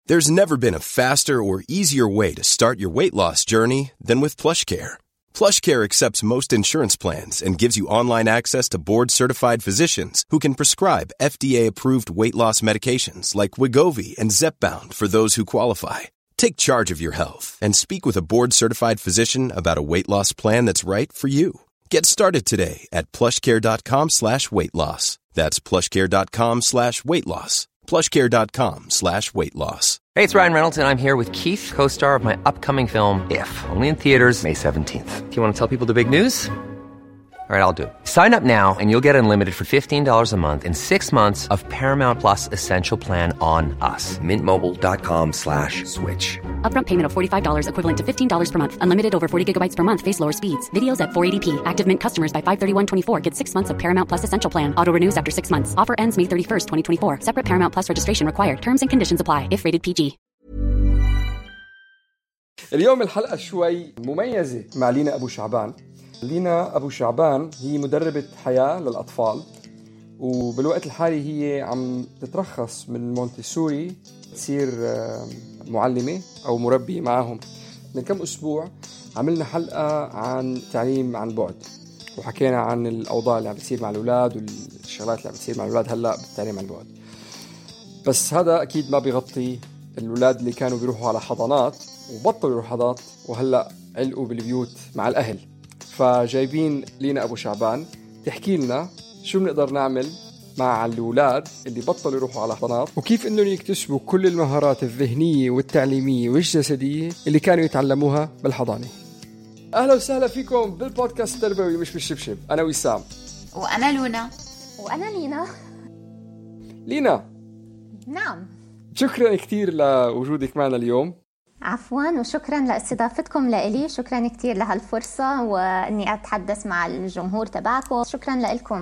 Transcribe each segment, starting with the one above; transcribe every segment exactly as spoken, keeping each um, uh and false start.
There's never been a faster or easier way to start your weight loss journey than with PlushCare. PlushCare accepts most insurance plans and gives you online access to board-certified physicians who can prescribe F D A-approved weight loss medications like Wegovy and Zepbound for those who qualify. Take charge of your health and speak with a board-certified physician about a weight loss plan that's right for you. Get started today at plushcare.com slash weight loss. That's plushcare.com slash weight loss. plushcare.com slash weight loss. Hey, it's Ryan Reynolds, and I'm here with Keith, co-star of my upcoming film, If, only in theaters May seventeenth. Do you want to tell people the big news? All right, I'll do it. Sign up now and you'll get unlimited for fifteen dollars a month and six months of Paramount Plus Essential Plan on us. Mintmobile.com slash switch. Upfront payment of forty-five dollars equivalent to fifteen dollars per month. Unlimited over forty gigabytes per month. Face lower speeds. Videos at four eighty p. Active Mint customers by five thirty-one twenty-four get six months of Paramount Plus Essential Plan. Auto renews after six months. Offer ends May thirty-first, twenty twenty-four. Separate Paramount Plus registration required. Terms and conditions apply if rated بي جي. اليوم الحلقة شوي مميزة مع لينا أبو شعبان. لينا أبو شعبان هي مدربة حياة للأطفال، وبالوقت الحالي هي عم تترخص من مونتسوري تصير معلمة أو مربية معهم. من كم أسبوع عملنا حلقة عن تعليم عن بعد، وحكينا عن الأوضاع اللي عم بتصير مع الأولاد والشغلات اللي عم بتصير مع الأولاد هلأ بالتعليم عن بعد. بس هذا أكيد ما بيغطي الأولاد اللي كانوا بيروحوا على حضانات وبطلوا يروحوا حضانات وهلأ علقوا بالبيوت مع الأهل. فجايبين لينا أبو شعبان تحكي لنا شو بنقدر نعمل مع الأولاد اللي بطلوا يروحوا على حضانات، وكيف إنهم يكتسبوا كل المهارات الذهنية والتعليمية والجسدية اللي كانوا يتعلموها بالحضانة. أهلا وسهلا فيكم بالبودكاست التربوي مش بالشبشب. أنا وسام، وأنا لونا، وأنا لينا. لينا، نعم، شكرا كتير لوجودك معنا اليوم. عفوا، وشكرا لاستضافتكم لإلي. شكرا كتير لهالفرصة وإني أتحدث مع الجمهور تبعكم. شكرا لكم.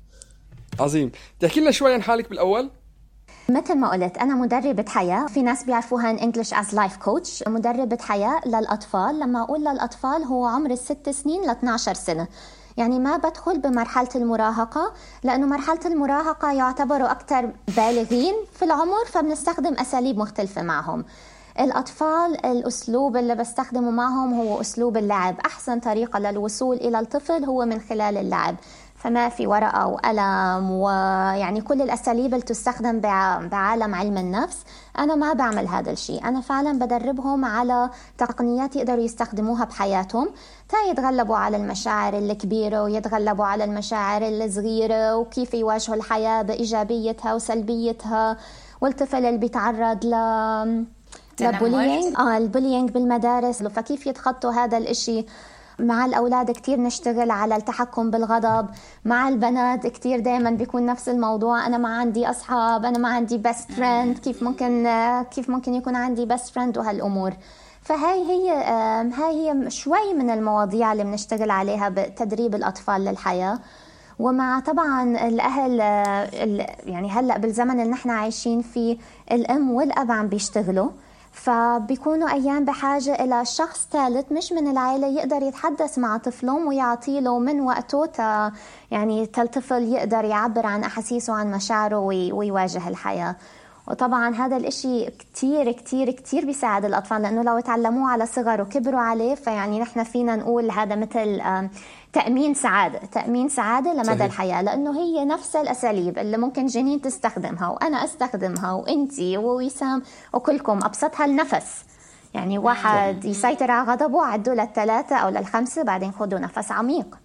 عظيم. تحكي لنا شوي عن حالك بالأول. مثل ما قلت، أنا مدربة حياة، في ناس بيعرفوها in English as life coach. مدربة حياة للأطفال. لما أقول للأطفال هو عمر الست سنين ل اثنتي عشرة سنة، يعني ما بدخل بمرحلة المراهقة، لأنه مرحلة المراهقة يعتبروا أكثر بالغين في العمر، فبنستخدم أساليب مختلفة معهم. الأطفال الأسلوب اللي بستخدمه معهم هو أسلوب اللعب. أحسن طريقة للوصول إلى الطفل هو من خلال اللعب، فما في ورقة وقلم ويعني كل الأساليب اللي تستخدم بعالم علم النفس. أنا ما بعمل هذا الشيء. أنا فعلا بدربهم على تقنيات يقدروا يستخدموها بحياتهم تا يتغلبوا على المشاعر الكبيرة ويتغلبوا على المشاعر الصغيرة، وكيف يواجهوا الحياة بإيجابيتها وسلبيتها. والطفل اللي بيتعرض ل البولينج اه البولينج بالمدارس، فكيف يتخطوا هذا الاشي. مع الأولاد كتير نشتغل على التحكم بالغضب. مع البنات كتير دايما بيكون نفس الموضوع، أنا ما عندي أصحاب، أنا ما عندي best friend، كيف ممكن كيف ممكن يكون عندي best friend وهالأمور. فهاي هي هاي هي شوي من المواضيع اللي بنشتغل عليها بتدريب الأطفال للحياة. ومع طبعا الأهل، يعني هلأ بالزمن اللي نحن عايشين فيه الأم والأب عم بيشتغلوا، فبيكونوا أيام بحاجة إلى شخص ثالث مش من العائلة يقدر يتحدث مع طفلهم ويعطيله من وقته تا يعني الطفل يقدر يعبر عن أحاسيسه وعن مشاعره ويواجه الحياة. وطبعا هذا الاشي كتير كتير كتير بيساعد الأطفال، لأنه لو تعلموه على صغر وكبروا عليه فيعني نحن فينا نقول هذا مثل تأمين سعادة تأمين سعادة لمدى صحيح. الحياة، لأنه هي نفس الأساليب اللي ممكن جنين تستخدمها وأنا أستخدمها وإنتي ووسام وكلكم. أبسطها النفس، يعني واحد يسيطر على غضبه، عدوا للثلاثة أو للخمسة، بعدين خدوا نفس عميق.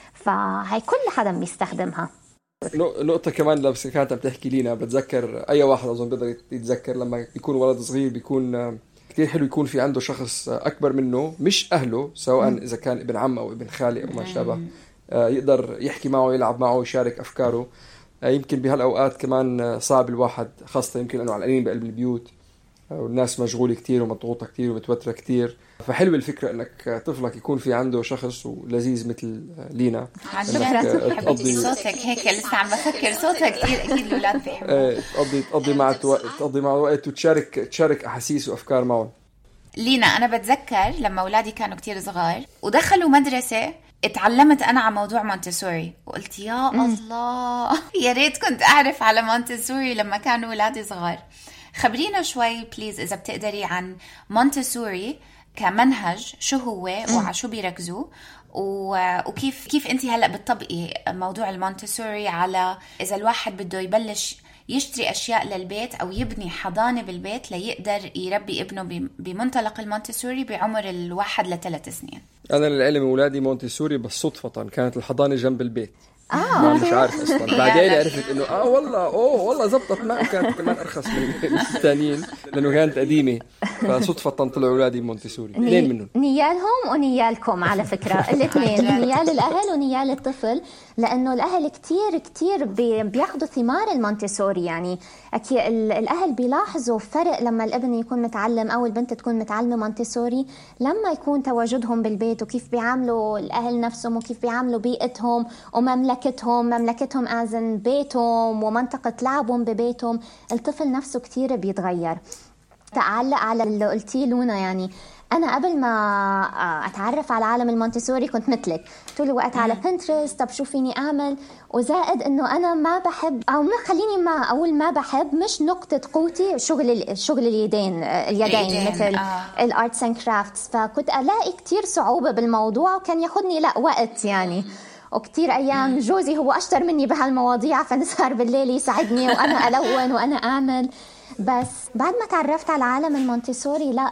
فهي كل حدا بيستخدمها. نقطة كمان لما كانت عم تحكي لينا، بتذكر أي واحد أظن بيقدر يتذكر لما يكون ولد صغير بيكون كتير حلو يكون في عنده شخص أكبر منه، مش أهله، سواء إذا كان ابن عم أو ابن خالي أو ما شابه، يقدر يحكي معه، يلعب معه، يشارك أفكاره. يمكن بهالأوقات كمان صعب الواحد، خاصة يمكن أنه علقانين بقلب البيوت والناس مشغولة كتير ومضغوطة كتير ومتوترة كتير. فحلو الفكرة انك طفلك يكون في عنده شخص ولذيذ مثل لينا. شكرا حبيبتي، صوتك هيك لسه عم بفكر، صوتها كتير اكيد الاولاد بيحبوه. تقضي تقضي مع تقضي مع وقت وتشارك تشارك احاسيس وافكار معهم. لينا، انا بتذكر لما اولادي كانوا كتير صغار ودخلوا مدرسة، اتعلمت أنا على موضوع مونتسوري وقلت يا الله يا ريت كنت أعرف على مونتسوري لما كانوا أولادي صغار. خبرينا شوي بليز إذا بتقدري عن مونتسوري كمنهج، شو هو وعلى شو بيركزوا، وكيف كيف أنت هلأ بتطبقي موضوع المونتسوري على إذا الواحد بده يبلش يشتري أشياء للبيت أو يبني حضانة بالبيت ليقدر يربي ابنه بمنطلق المونتسوري بعمر الواحد لثلاث سنين. أنا للعلم أولادي مونتسوري بس صدفة كانت الحضانة جنب البيت. آه ما مش عارف أصلاً. بعدين عرفت إنه آه والله أوه والله زبطت معه، كانت كمان أرخص من الثانيين لأنه كانت قديمة، فصدفة طلعوا أولادي مونتسوري. اثنين منهم، نيالهم ونيالكم على فكرة الاثنين، نيال الأهل ونيال الطفل، لأنه الأهل كتير كتير بياخدوا ثمار المونتسوري. يعني أكيد الأهل بيلاحظوا فرق لما الابن يكون متعلم أو البنت تكون متعلمة مونتسوري، لما يكون تواجدهم بالبيت وكيف بيعاملوا الأهل نفسهم وكيف بيعاملوا بيئتهم ومملكتهم مملكتهم أزن بيتهم ومنطقة لعبهم ببيتهم. الطفل نفسه كتير بيتغير. تعلق على اللي قلتيه لونا، يعني أنا قبل ما أتعرف على عالم المونتسوري كنت مثلك طول الوقت على بنترست، طب شو فيني أعمل، وزائد إنه أنا ما بحب أو ما خليني ما أقول ما بحب، مش نقطة قوتي شغل شغل اليدين اليدين مثل آه. الارتس اند كرافتس، فكنت ألاقي كتير صعوبة بالموضوع وكان ياخدني لا وقت يعني. وكتير أيام جوزي هو أشطر مني بهالمواضيع، فنسهر بالليل يساعدني وأنا ألون وأنا أعمل. بس بعد ما تعرفت على عالم المونتسوري لا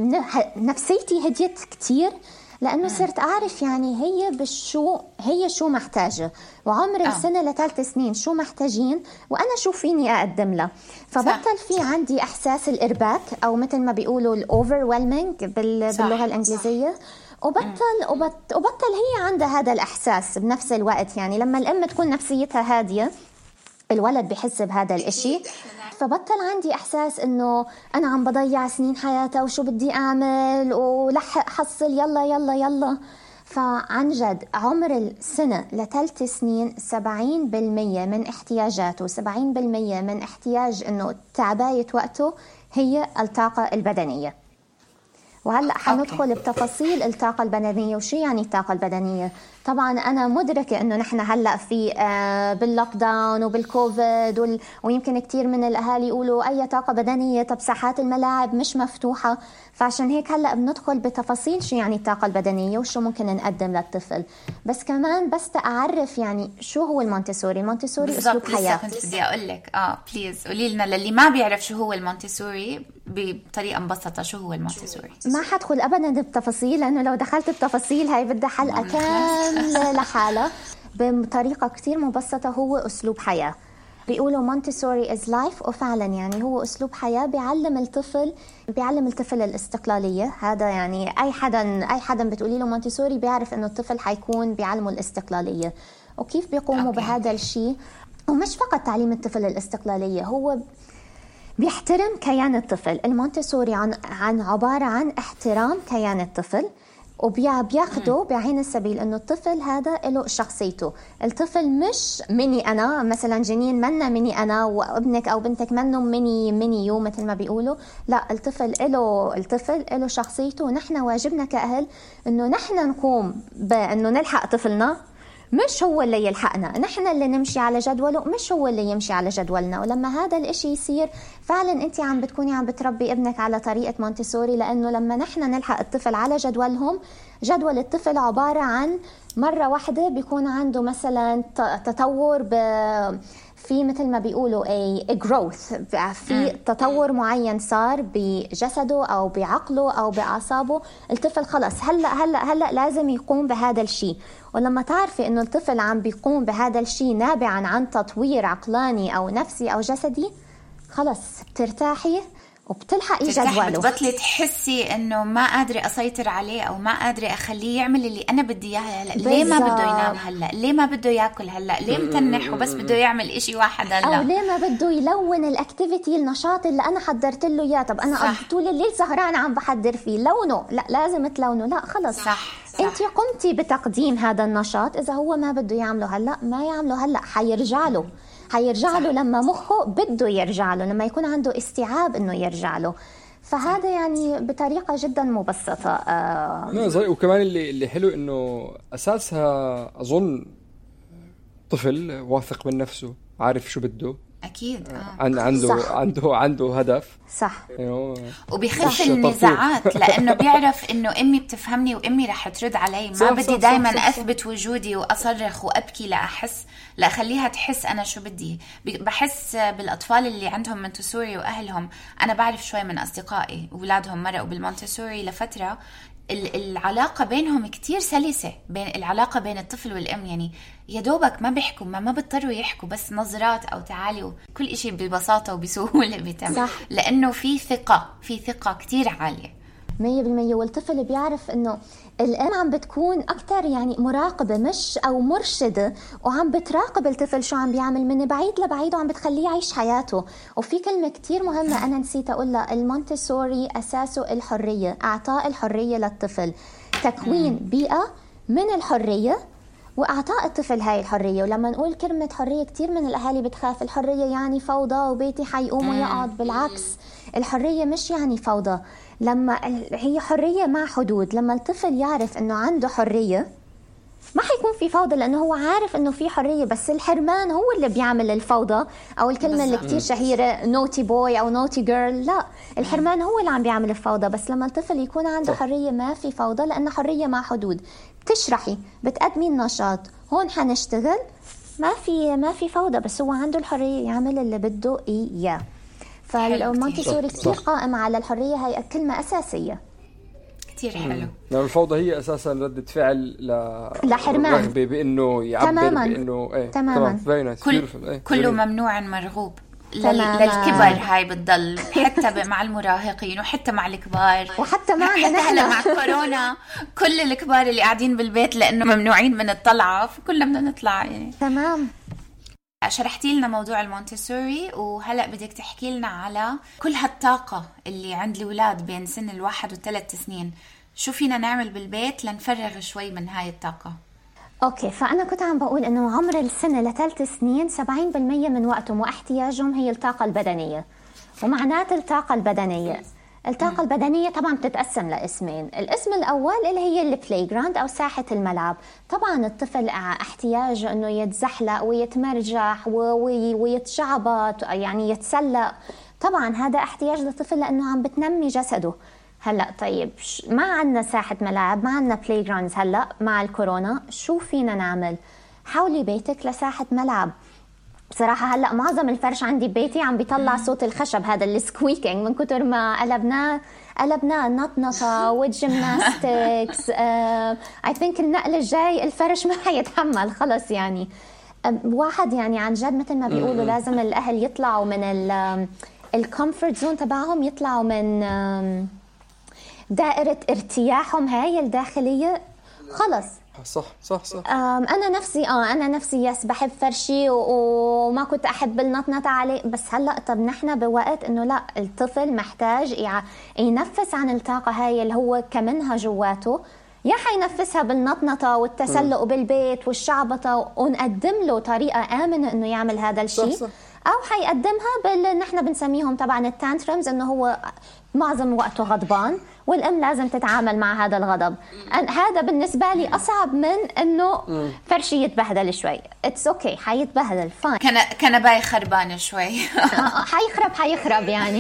نفسيتي هديت كتير، لأنه صرت أعرف يعني هي بالشو هي شو محتاجة، وعمر السنة لثلاث سنين شو محتاجين، وأنا شو فيني أقدم له. فبطل في عندي إحساس الإرباك أو مثل ما بيقولوا الأوفرويلمينج باللغة الإنجليزية، وبطل وبط وبطل هي عندها هذا الإحساس بنفس الوقت. يعني لما الأم تكون نفسيتها هادية الولد بحس بهذا الإشي، فبطل عندي إحساس إنه أنا عم بضيع سنين حياتي وشو بدي أعمل ولحق حصل يلا يلا يلا. فعن جد عمر السنة لثلاث سنين سبعين بالمية من احتياجاته سبعين بالمية من احتياج إنه تعباية وقته هي الطاقة البدنية. وهلأ حندخل بتفاصيل الطاقة البدنية وشو يعني الطاقة البدنية. طبعا أنا مدركة إنه نحن هلأ في باللوك داون وبالكوفيد وال... ويمكن كتير من الأهالي يقولوا أي طاقة بدنية، طب ساحات الملاعب مش مفتوحة، فعشان هيك هلأ بندخل بتفاصيل شو يعني الطاقة البدنية وشو ممكن نقدم للطفل. بس كمان بس أعرف يعني شو هو المونتسوري. المونتسوري أسلوب حياة. كنت بدي أقول لك آه بليز قولي لنا للي ما بيعرف شو هو المونتسوري بطريقة مبسطة، شو هو المونتسوري؟ ما حدخل أبدا بالتفاصيل لأنه لو دخلت التفاصيل هاي بدها حلقة كاملة لحالة. بطريقة كتير مبسطة هو أسلوب حياة. بيقولوا مونتسوري is life، وفعلا يعني هو أسلوب حياة بيعلم الطفل بيعلم الطفل الاستقلالية. هذا يعني أي حدا أي حدا بتقولي له مونتسوري بيعرف إنه الطفل حيكون بيعلمه الاستقلالية وكيف بيقوموا أوكي. بهذا الشيء. ومش فقط تعليم الطفل الاستقلالية، هو بيحترم كيان الطفل. المونتسوري عن عن عبارة عن احترام كيان الطفل، وبياخده بعين السبيل انه الطفل هذا له شخصيته. الطفل مش مني انا، مثلا جنين منا مني انا وابنك او بنتك منهم مني مني يو مثل ما بيقولوا. لا، الطفل له الطفل له شخصيته، ونحن واجبنا كأهل انه نحن نقوم بانه نلحق طفلنا، مش هو اللي يلحقنا، نحن اللي نمشي على جدوله، مش هو اللي يمشي على جدولنا. ولما هذا الاشي يصير فعلا انت عم بتكوني عم بتربي ابنك على طريقة مونتسوري، لانه لما نحن نلحق الطفل على جدولهم، جدول الطفل عبارة عن مرة واحدة بيكون عنده مثلا تطور ب في مثل ما بيقولوا a growth، في تطور معين صار بجسده أو بعقله أو بأعصابه. الطفل خلص هلأ هلأ هلأ لازم يقوم بهذا الشيء. ولما تعرفي إنه الطفل عم بيقوم بهذا الشيء نابعا عن تطوير عقلاني أو نفسي أو جسدي، خلص بترتاحي وبتلحقي جدوله. بتبطلي تحسي انه ما قادره اسيطر عليه او ما قادره اخليه يعمل اللي انا بدي اياه هلا. ليه ما بده ينام هلا؟ ليه ما بده ياكل هلا؟ ليه متنح وبس بده يعمل إشي واحد هلا؟ او ليه ما بده يلون الاكتيفيتي النشاط اللي انا حضرت له اياه؟ طب انا طول الليل سهران عم بحضر فيه، لونه لا لازم تلونه، لا خلص صح, صح. انت قمتي بتقديم هذا النشاط. اذا هو ما بده يعمله هلا ما يعمله هلا، حيرجع له حيرجع له لما مخه بده يرجع له، لما يكون عنده استيعاب انه يرجع له. فهذا يعني بطريقة جدا مبسطة. آه وكمان اللي اللي حلو انه اساسها اظن طفل واثق من نفسه، عارف شو بده، اكيد آه. عنده صح. عنده عنده هدف صح وبيخف النزاعات لانه بيعرف انه امي بتفهمني وامي رح ترد علي، ما بدي دايما اثبت وجودي واصرخ وابكي لاحس لا خليها تحس انا شو بدي. بحس بالاطفال اللي عندهم مونتسوري واهلهم، انا بعرف شوي من اصدقائي اولادهم مرقوا بالمونتسوري لفتره، العلاقة بينهم كتير سلسة، بين العلاقة بين الطفل والأم، يعني يا دوبك ما بيحكوا، ما ما بيضطروا يحكوا، بس نظرات أو تعالي، كل إشي ببساطة وبسهولة بيتم صح. لأنه في ثقة في ثقة كتير عالية مية بالمية. والطفل بيعرف إنه الأم عم بتكون أكتر يعني مراقبة مش أو مرشدة، وعم بتراقب الطفل شو عم بيعمل من بعيد لبعيد، وعم بتخليه يعيش حياته. وفي كلمة كتير مهمة أنا نسيت أقولها، المونتسوري أساسه الحرية، أعطاء الحرية للطفل، تكوين بيئة من الحرية وأعطاء الطفل هاي الحرية. ولما نقول كلمة حرية كتير من الأهالي بتخاف، الحرية يعني فوضى وبيتي حيقوم ويقعد، بالعكس الحرية مش يعني فوضى، لما هي حرية مع حدود. لما الطفل يعرف انه عنده حرية ما حيكون في فوضى، لانه هو عارف انه في حرية، بس الحرمان هو اللي بيعمل الفوضى، او الكلمة اللي كتير شهيرة نوتي بوي او نوتي جيرل، لا الحرمان هو اللي عم بيعمل الفوضى. بس لما الطفل يكون عنده حرية ما في فوضى، لأنه حرية مع حدود، بتشرحي بتقدمي النشاط، هون حنشتغل، ما في ما في فوضى، بس هو عنده الحرية يعمل اللي بده إياه. فالمونتسوري كتير قائم على الحرية، هاي كلمة أساسية كتير حلو. لأن الفوضى هي أساسا ردة فعل ل لحرمان، رغبة بأنه يعبر تماماً. بأنه إيه تماماً. تمام. كل إيه. كله ممنوع مرغوب لل... للكبر، هاي بتضل حتى مع المراهقين وحتى مع الكبار وحتى معنا حتى هلا مع كورونا، كل الكبار اللي قاعدين بالبيت لأنه ممنوعين من الطلعة، فكلنا بدنا نطلع يعني. تمام. شرحتي لنا موضوع المونتسوري، وهلأ بدك تحكي لنا على كل هالطاقة اللي عند الأولاد بين سن الواحد والثلاث سنين، شو فينا نعمل بالبيت لنفرغ شوي من هاي الطاقة؟ أوكي، فأنا كنت عم بقول إنه عمر السنة لثلاث سنين سبعين بالمية من وقتهم واحتياجهم هي الطاقة البدنية. ومعنات الطاقة البدنية، الطاقة البدنية طبعا بتتقسم لاسمين، الاسم الأول اللي هي البلاي جراوند أو ساحة الملعب. طبعا الطفل احتياجه إنه يتزحلق ويتمرجح ويتشعبط، يعني يتسلق، طبعا هذا احتياج للطفل لأنه عم بتنمي جسده. هلا طيب ما عندنا ساحة ملاعب، ما عندنا بلاي جراوندز هلا مع الكورونا، شو فينا نعمل؟ حاولي بيتك لساحة ملعب. بصراحة هلا معظم الفرش عندي ببيتي عم بيطلع صوت الخشب هذا السكويكينج من كتر ما قلبناه قلبناه نطنطة والجيمناستكس. اي ثينك النقل الجاي الفرش ما حيتحمل خلص يعني. واحد يعني عن جد مثل ما بيقولوا لازم الأهل يطلعوا من الكومفورت زون تبعهم، يطلعوا من دائرة ارتياحهم هاي الداخلية خلص. صح صح صح. أنا نفسي آه أنا نفسي يس بحب فرشي وما كنت أحب النطنطة عليه، بس هلأ طب نحن بوقت إنه لا، الطفل محتاج ينفس عن الطاقة هاي اللي هو كمنها جواته، يا حينفسها بالنطنطة والتسلق بالبيت والشعبطة، ونقدم له طريقة آمنة إنه يعمل هذا الشيء، أو حيقدمها بال نحن بنسميهم طبعا التانترمز، إنه هو معظم وقته غضبان والأم لازم تتعامل مع هذا الغضب. هذا بالنسبة لي أصعب من إنه فرشي يتبهدل شوي. It's okay، حيتبهدل fine. كان كان باي خربان شوي. حيخرب حيخرب يعني.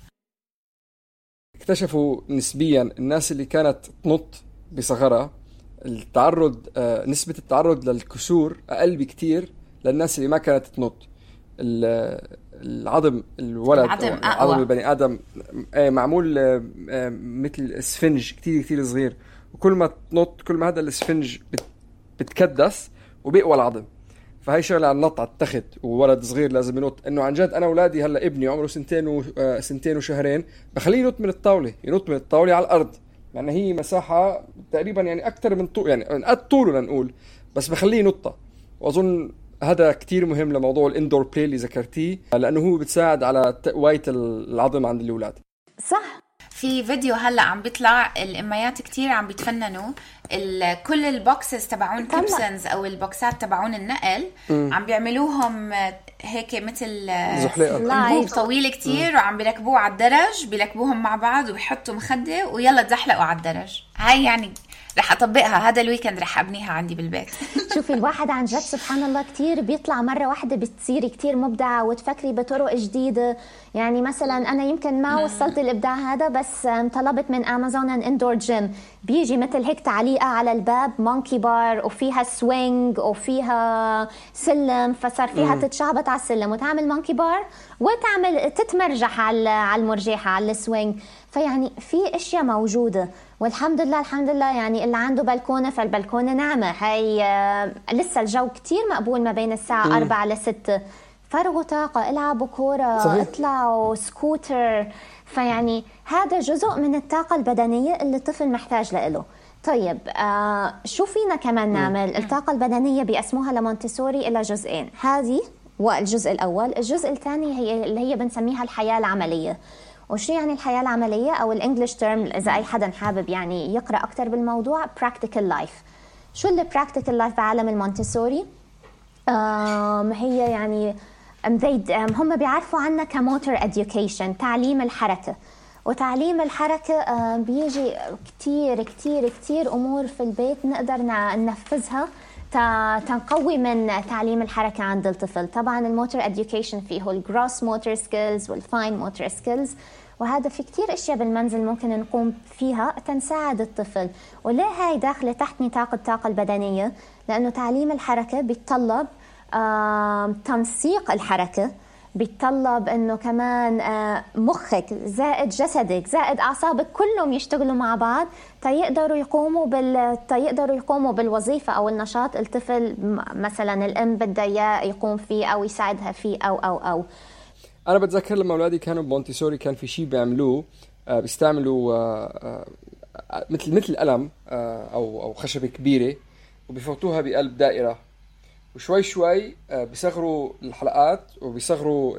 اكتشفوا نسبيا الناس اللي كانت تنط بصغرها التعرض آه نسبة التعرض للكسور أقل بكتير للناس اللي ما كانت تنط. العظم الولد العظم, عظم البني آدم معمول مثل اسفنج كتير كتير صغير، وكل ما تنط كل ما هذا الاسفنج بتكدس وبيقوى العظم. فهي شغلة على النط على التخت، وولد صغير لازم ينط. انه عن جد انا اولادي هلا ابني عمره سنتين وسنتين وشهرين بخليه ينط من الطاولة، ينط من الطاولة على الارض، لان يعني هي مساحة تقريبا يعني اكتر من طول، يعني قد طوله لنقول، بس بخليه ينطها. واظن هذا كتير مهم لموضوع الاندور بلاي اللي ذكرتيه، لانه هو بتساعد على تقوية العظم عند الاولاد. صح. في فيديو هلا عم بيطلع الاميات كتير عم بيتفننوا كل البوكسز تبعون كيبسنز او البوكسات تبعون النقل، م. عم بيعملوهم هيك مثل انبوب طويل كتير، م. وعم بيركبوه على الدرج، بيركبوهم مع بعض وبيحطوا مخدة ويلا تزحلقوا على الدرج. هاي يعني رح أطبقها هذا الويكند، رح أبنيها عندي بالبيت. شوفي الواحد عن جد سبحان الله كتير بيطلع مرة واحدة بتصيري كتير مبدعة وتفكري بطرق جديدة. يعني مثلا أنا يمكن ما وصلت الإبداع هذا، بس طلبت من أمازون أن إندور جيم بيجي مثل هيك تعليقة على الباب مونكي بار وفيها سوينج وفيها سلم، فصار فيها مم. تتشعبط على السلم وتعمل مونكي بار وتعمل تتمرجح على على المرجحة على السوينج. فيعني في اشياء موجوده والحمد لله الحمد لله. يعني اللي عنده بلكونه فالبلكونه نعمه. هي آه لسه الجو كتير مقبول ما بين الساعه مم. أربعة لستة. فرغوا طاقه، العبوا كوره، صحيح. اطلعوا سكوتر. فيعني هذا جزء من الطاقه البدنيه اللي الطفل محتاج له. طيب آه شو فينا كمان نعمل؟ مم. الطاقه البدنيه بيقسموها لمونتسوري الى جزئين، هذه والجزء الاول. الجزء الثاني هي اللي هي بنسميها الحياه العمليه. وشو يعني الحياة العملية أو الإنجليش تيرم إذا أي حدا حابب يعني يقرأ أكتر بالموضوع practical life. شو اللي practical life بعالم المونتسوري؟ هي يعني هم بيعرفوا عنها كموتور education، تعليم الحركة. وتعليم الحركة بيجي كتير كتير كتير أمور في البيت نقدر ننفذها تنقوي من تعليم الحركة عند الطفل. طبعا الموتور education فيه الجروس موتور سكيلز والفاين موتور سكيلز، وهذا في كتير اشياء بالمنزل ممكن نقوم فيها تنساعد الطفل. وليه هاي داخله تحت نطاق الطاقة البدنية؟ لأنه تعليم الحركة بيتطلب آه تنسيق الحركة، بيتطلب انه كمان مخك زائد جسدك زائد اعصابك كلهم يشتغلوا مع بعض تيقدروا يقوموا بال تيقدروا يقوموا بالوظيفه او النشاط الطفل مثلا الام بدها اياه يقوم فيه او يساعدها فيه او او او انا بتذكر لما اولادي كانوا بمونتيسوري كان في شيء بيعملوه بيستعملوا مثل مثل قلم او او خشبه كبيره وبيفوتوها بقلب دائره، وشوي شوي بيصغروا الحلقات وبيصغروا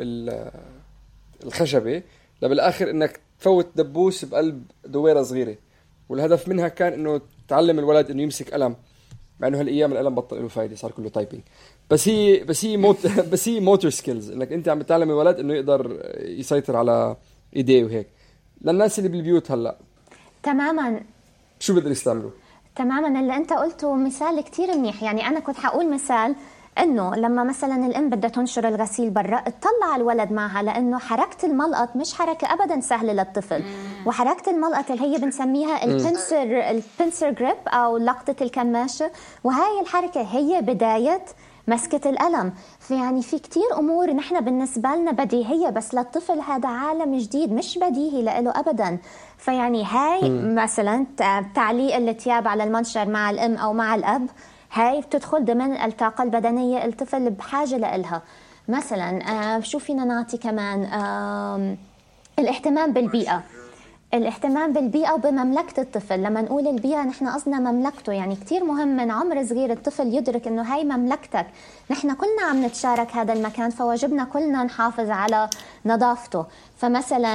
الخشبة لبالآخر إنك تفوت دبوس بقلب دويرة صغيرة. والهدف منها كان إنه تعلم الولد إنه يمسك قلم، مع إنه هالأيام القلم بطل له فايدة صار كله تايبينج. بس هي بس هي موت بس هي موتور سكيلز، إنك أنت عم بتعلم الولد إنه يقدر يسيطر على إيديه وهيك. للناس اللي بالبيوت هلا تماما شو بقدر يستعملوا؟ تماما اللي انت قلته مثال كتير منيح. يعني انا كنت حقول مثال انه لما مثلا الام بدها تنشر الغسيل برا اطلع الولد معها، لانه حركه الملقط مش حركه ابدا سهله للطفل. وحركه الملقط اللي هي بنسميها البنسر البنسر جريب او لقطه الكماشه، وهي الحركه هي بدايه مسكة القلم. فيعني في كتير أمور نحن بالنسبة لنا بديهية، بس للطفل هذا عالم جديد مش بديهي له أبدا. فيعني هاي م. مثلا تعليق الثياب على المنشر مع الأم أو مع الأب، هاي بتدخل ضمن الطاقة البدنية الطفل بحاجة لإلها. مثلا شو فينا نعطي كمان؟ الاهتمام بالبيئة، الاهتمام بالبيئة وبمملكة الطفل. لما نقول البيئة نحن قصدنا مملكته، يعني كتير مهم من عمر صغير الطفل يدرك انه هاي مملكتك، نحن كلنا عم نتشارك هذا المكان، فواجبنا كلنا نحافظ على نظافته. فمثلا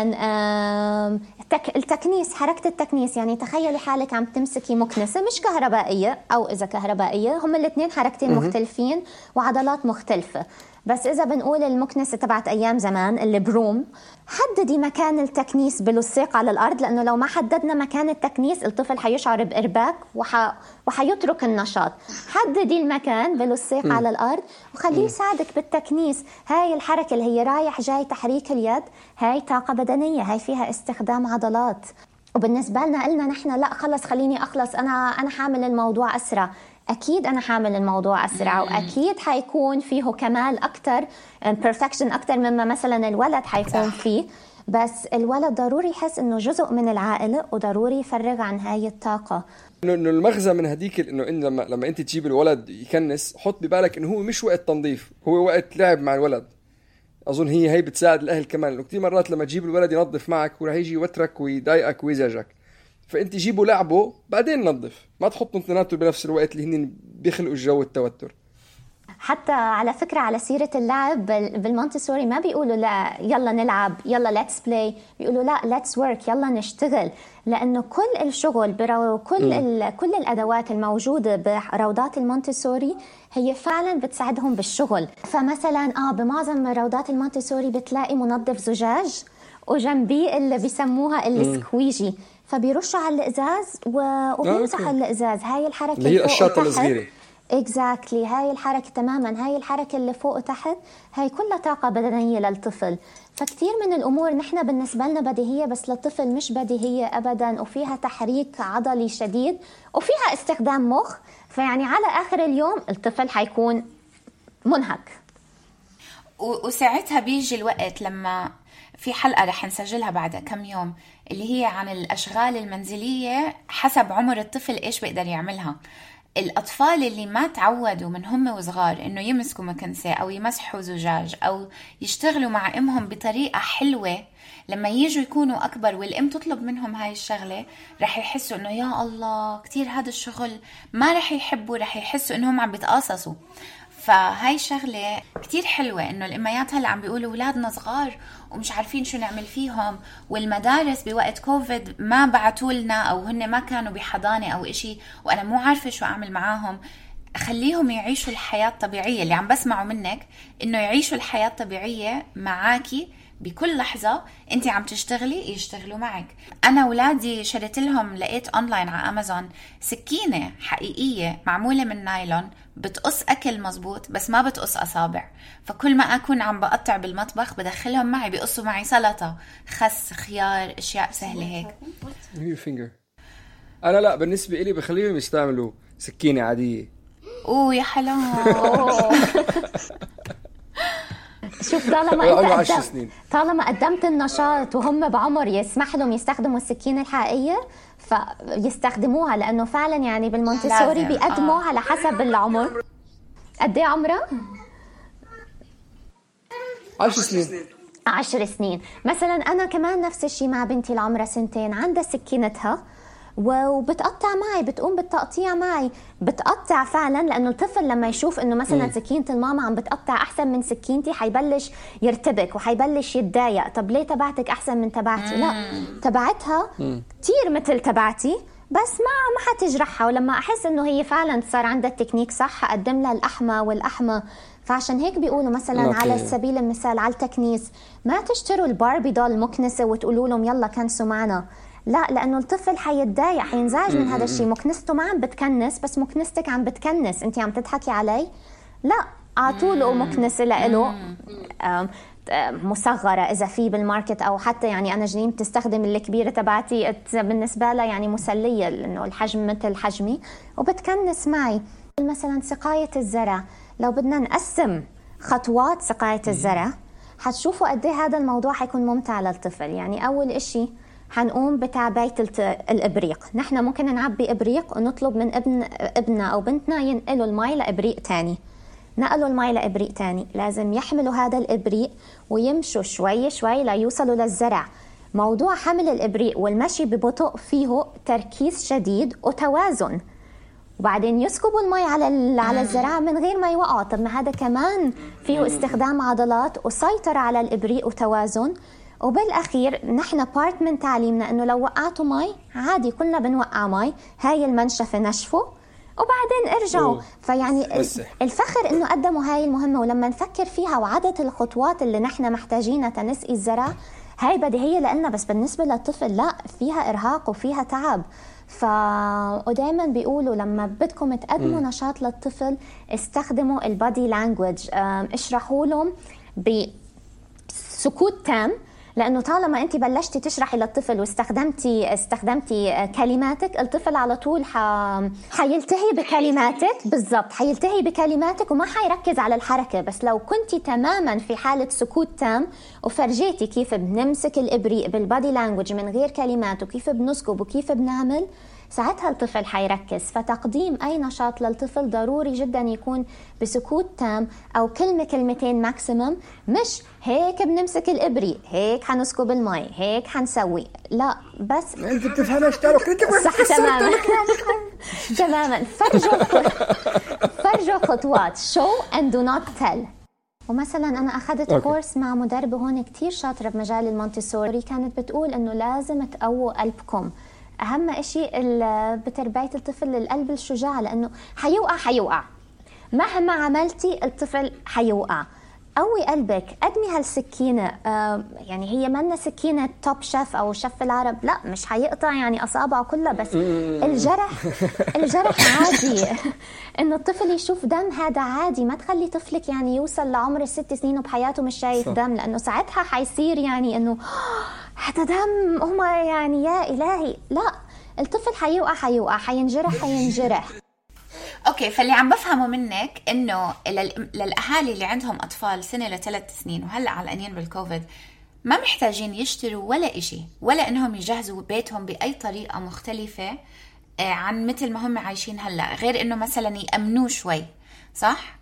التكنيس، حركة التكنيس، يعني تخيلي حالك عم تمسكي مكنسة مش كهربائية أو إذا كهربائية، هم الاثنين حركتين مختلفين وعضلات مختلفة. بس إذا بنقول المكنسة تبعت أيام زمان اللي بروم، حددي مكان التكنيس بلصيق على الأرض، لأنه لو ما حددنا مكان التكنيس الطفل حيشعر بإرباك وح... وحيترك النشاط. حددي المكان بلصيق على الأرض وخليه يساعدك بالتكنيس. هاي الحركة اللي هي رايح جاي تحريك اليد، هاي طاقة بدنية، هاي فيها استخدام عضلات. وبالنسبة لنا قلنا نحن لا خلص خليني أخلص، أنا أنا حامل الموضوع أسرع. أكيد أنا حامل الموضوع أسرع، وأكيد حيكون فيه كمال أكتر، perfection أكتر مما مثلا الولد حيكون فيه. بس الولد ضروري يحس إنه جزء من العائلة وضروري يفرغ عن هاي الطاقة. إنه المغزى من هديك إنه إن لما لما أنت تجيب الولد يكنس، حط ببالك إنه هو مش وقت تنظيف، هو وقت لعب مع الولد. أظن هي هي بتساعد الأهل كمان، إنه كتير مرات لما تجيب الولد ينظف معك وراح يجي يوترك ويضايقك ويزعجك، فأنت جيبوا لعبه بعدين نظف، ما تحطوا اثنيناتهم بنفس الوقت اللي هن بيخلقوا الجو التوتر. حتى على فكرة على سيرة اللعب بالمونتسوري ما بيقولوا لا يلا نلعب يلا let's play، بيقولوا لا let's work يلا نشتغل، لأنه كل الشغل برو كل ال... كل الأدوات الموجودة بروضات المونتسوري هي فعلا بتساعدهم بالشغل. فمثلا آه بمعظم روضات المونتسوري بتلاقي منظف زجاج وجنبيه اللي بيسموها السكويجي، فبيرشوا على الإزاز وبيمسحوا الإزاز. هاي الحركة اللي هي الشاطة الصغيرة. اكزاكتلي هاي الحركة تماما، هاي الحركة اللي فوق وتحت هاي كلها طاقة بدنية للطفل. فكتير من الأمور نحن بالنسبة لنا بديهية بس للطفل مش بديهية أبدا، وفيها تحريك عضلي شديد وفيها استخدام مخ. فيعني على آخر اليوم الطفل حيكون منهك. وساعتها بيجي الوقت لما في حلقة رح نسجلها بعد كم يوم اللي هي عن الأشغال المنزلية حسب عمر الطفل إيش بيقدر يعملها. الأطفال اللي ما تعودوا من هم وصغار إنه يمسكوا مكنسة أو يمسحوا زجاج أو يشتغلوا مع أمهم بطريقة حلوة، لما ييجوا يكونوا أكبر والأم تطلب منهم هاي الشغلة رح يحسوا إنه يا الله كتير هذا الشغل، ما رح يحبوا، رح يحسوا إنهم عم بيتقاصصوا. فهاي شغلة كتير حلوة إنه الإميات هلأ عم بيقولوا أولادنا صغار ومش عارفين شو نعمل فيهم، والمدارس بوقت كوفيد ما بعتوا لنا أو هن ما كانوا بحضانة أو إشي وأنا مو عارفة شو أعمل معاهم. خليهم يعيشوا الحياة الطبيعية. اللي عم بسمعه منك إنه يعيشوا الحياة الطبيعية معاكي بكل لحظة انت عم تشتغلي يشتغلوا معك. انا اولادي شريت لهم، لقيت اونلاين على امازون سكينة حقيقية معمولة من نايلون بتقص اكل مزبوط بس ما بتقص اصابع. فكل ما اكون عم بقطع بالمطبخ بدخلهم معي بيقصوا معي سلطة، خس، خيار، اشياء سهلة هيك. انا لا بالنسبة لي بخليهم يستعملوا سكينة عادية. اوه يا حلام. شوف طالما انت قدم... طالما قدمت النشاط وهم بعمر يسمح لهم يستخدموا السكينة الحقيقية فيستخدموها، لأنه فعلا يعني بالمونتسوري بيقدموا آه. على حسب العمر. قد ايه عمرها؟ عشر سنين. عشر سنين مثلا. أنا كمان نفس الشيء مع بنتي العمرة سنتين، عندها سكينتها وبتقطع معي، بتقوم بالتقطيع معي، بتقطع فعلا. لأنه الطفل لما يشوف إنه مثلا سكينة الماما عم بتقطع أحسن من سكينتي حيبلش يرتبك وحيبلش يتضايق. طب ليه تبعتك أحسن من تبعتي؟ لا، تبعتها كتير مثل تبعتي بس ما ما حتجرحها. ولما أحس إنه هي فعلا صار عندها التكنيك صح أقدم لها الأحمى والأحمى. فعشان هيك بيقولوا مثلا أوكي. على سبيل المثال على التكنيس ما تشتروا الباربي دول مكنسة وتقولوا لهم يلا كنسوا معنا، لا، لأنه الطفل حيتضايق حينزعج من هذا الشيء. مكنسته ما عم بتكنس بس مكنستك عم بتكنس، انت عم تضحكي علي؟ لا، عطوله مكنسة لإله مصغرة إذا في بالماركت، أو حتى يعني أنا جنين بتستخدم الكبيرة تبعتي بالنسبة لها يعني مسلية لأنه الحجم مثل حجمي وبتكنس معي. مثلا سقاية الزرع، لو بدنا نقسم خطوات سقاية الزرع حتشوفوا قد ايه هذا الموضوع حيكون ممتع للطفل. يعني أول إشي حنقوم بتعبئة الإبريق. نحن ممكن نعبي إبريق ونطلب من ابن ابننا أو بنتنا ينقلوا الماء لإبريق تاني. نقلوا الماء لإبريق تاني لازم يحملوا هذا الإبريق ويمشوا شوي شوي ليوصلوا للزرع. موضوع حمل الإبريق والمشي ببطء فيه تركيز شديد وتوازن، وبعدين يسكبوا الماء على على الزرع من غير ما يوقعوا. طب ما هذا كمان فيه استخدام عضلات وسيطرة على الإبريق وتوازن. وبالأخير نحن بارت من تعليمنا إنه لو وقعتوا ماء عادي كلنا بنوقع ماء، هاي المنشفة نشفوا وبعدين ارجعوا. فيعني الفخر إنه قدموا هاي المهمة. ولما نفكر فيها وعدد الخطوات اللي نحن محتاجينها تنسقي الزرع هاي بديهية لنا، بس بالنسبة للطفل لا، فيها إرهاق وفيها تعب. ف ودائما بيقولوا لما بدكم تقدموا م. نشاط للطفل استخدموا البادي لانجويج، اشرحوا لهم بسكوت تام، لأنه طالما أنت بلشتي تشرحي للطفل واستخدمتي استخدمتي كلماتك الطفل على طول ح... حيلتهي بكلماتك. بالضبط، حيلتهي بكلماتك وما حيركز على الحركة. بس لو كنتي تماما في حالة سكوت تام وفرجيتي كيف بنمسك الإبريق بالبادي لانجويج من غير كلمات وكيف بنسكب وكيف بنعمل، ساعتها الطفل حيركز. فتقديم أي نشاط للطفل ضروري جدا يكون بسكوت تام أو كلمة كلمتين ماكسيمم، مش هيك بنمسك الإبريق، هيك حنسكب الماء، هيك حنسوي. لا، بس أنت بتفهمش تعرف صح تماما. تماما. فرجوا فرجوا خطوات show and do not tell. ومثلا أنا أخذت أوكي. كورس مع مدربة هون كتير شاطرة بمجال المونتسوري، كانت بتقول إنه لازم تقووا قلبكم. أهم إشي بتربية الطفل القلب الشجاع، لأنه حيوقع حيوقع مهما عملتي الطفل حيوقع. قوي قلبك، قدمي هالسكينة. آه يعني هي منا سكينة توب شيف أو شيف العرب، لا مش حيقطع يعني أصابعه كلها، بس الجرح الجرح عادي. إنه الطفل يشوف دم هذا عادي. ما تخلي طفلك يعني يوصل لعمر الست سنين وبحياته مش شايف دم، لأنه ساعتها حيصير يعني إنه هذا دم، هما يعني يا إلهي. لا، الطفل حيوقع حيوقع حينجرح حينجرح. اوكي، فاللي عم بفهمه منك انه للاهالي اللي عندهم اطفال سنه لثلاث سنين وهلا علقانين بالكوفيد ما محتاجين يشتروا ولا إشي، ولا انهم يجهزوا بيتهم باي طريقه مختلفه عن مثل ما هم عايشين هلا، غير انه مثلا يامنوه شوي، صح؟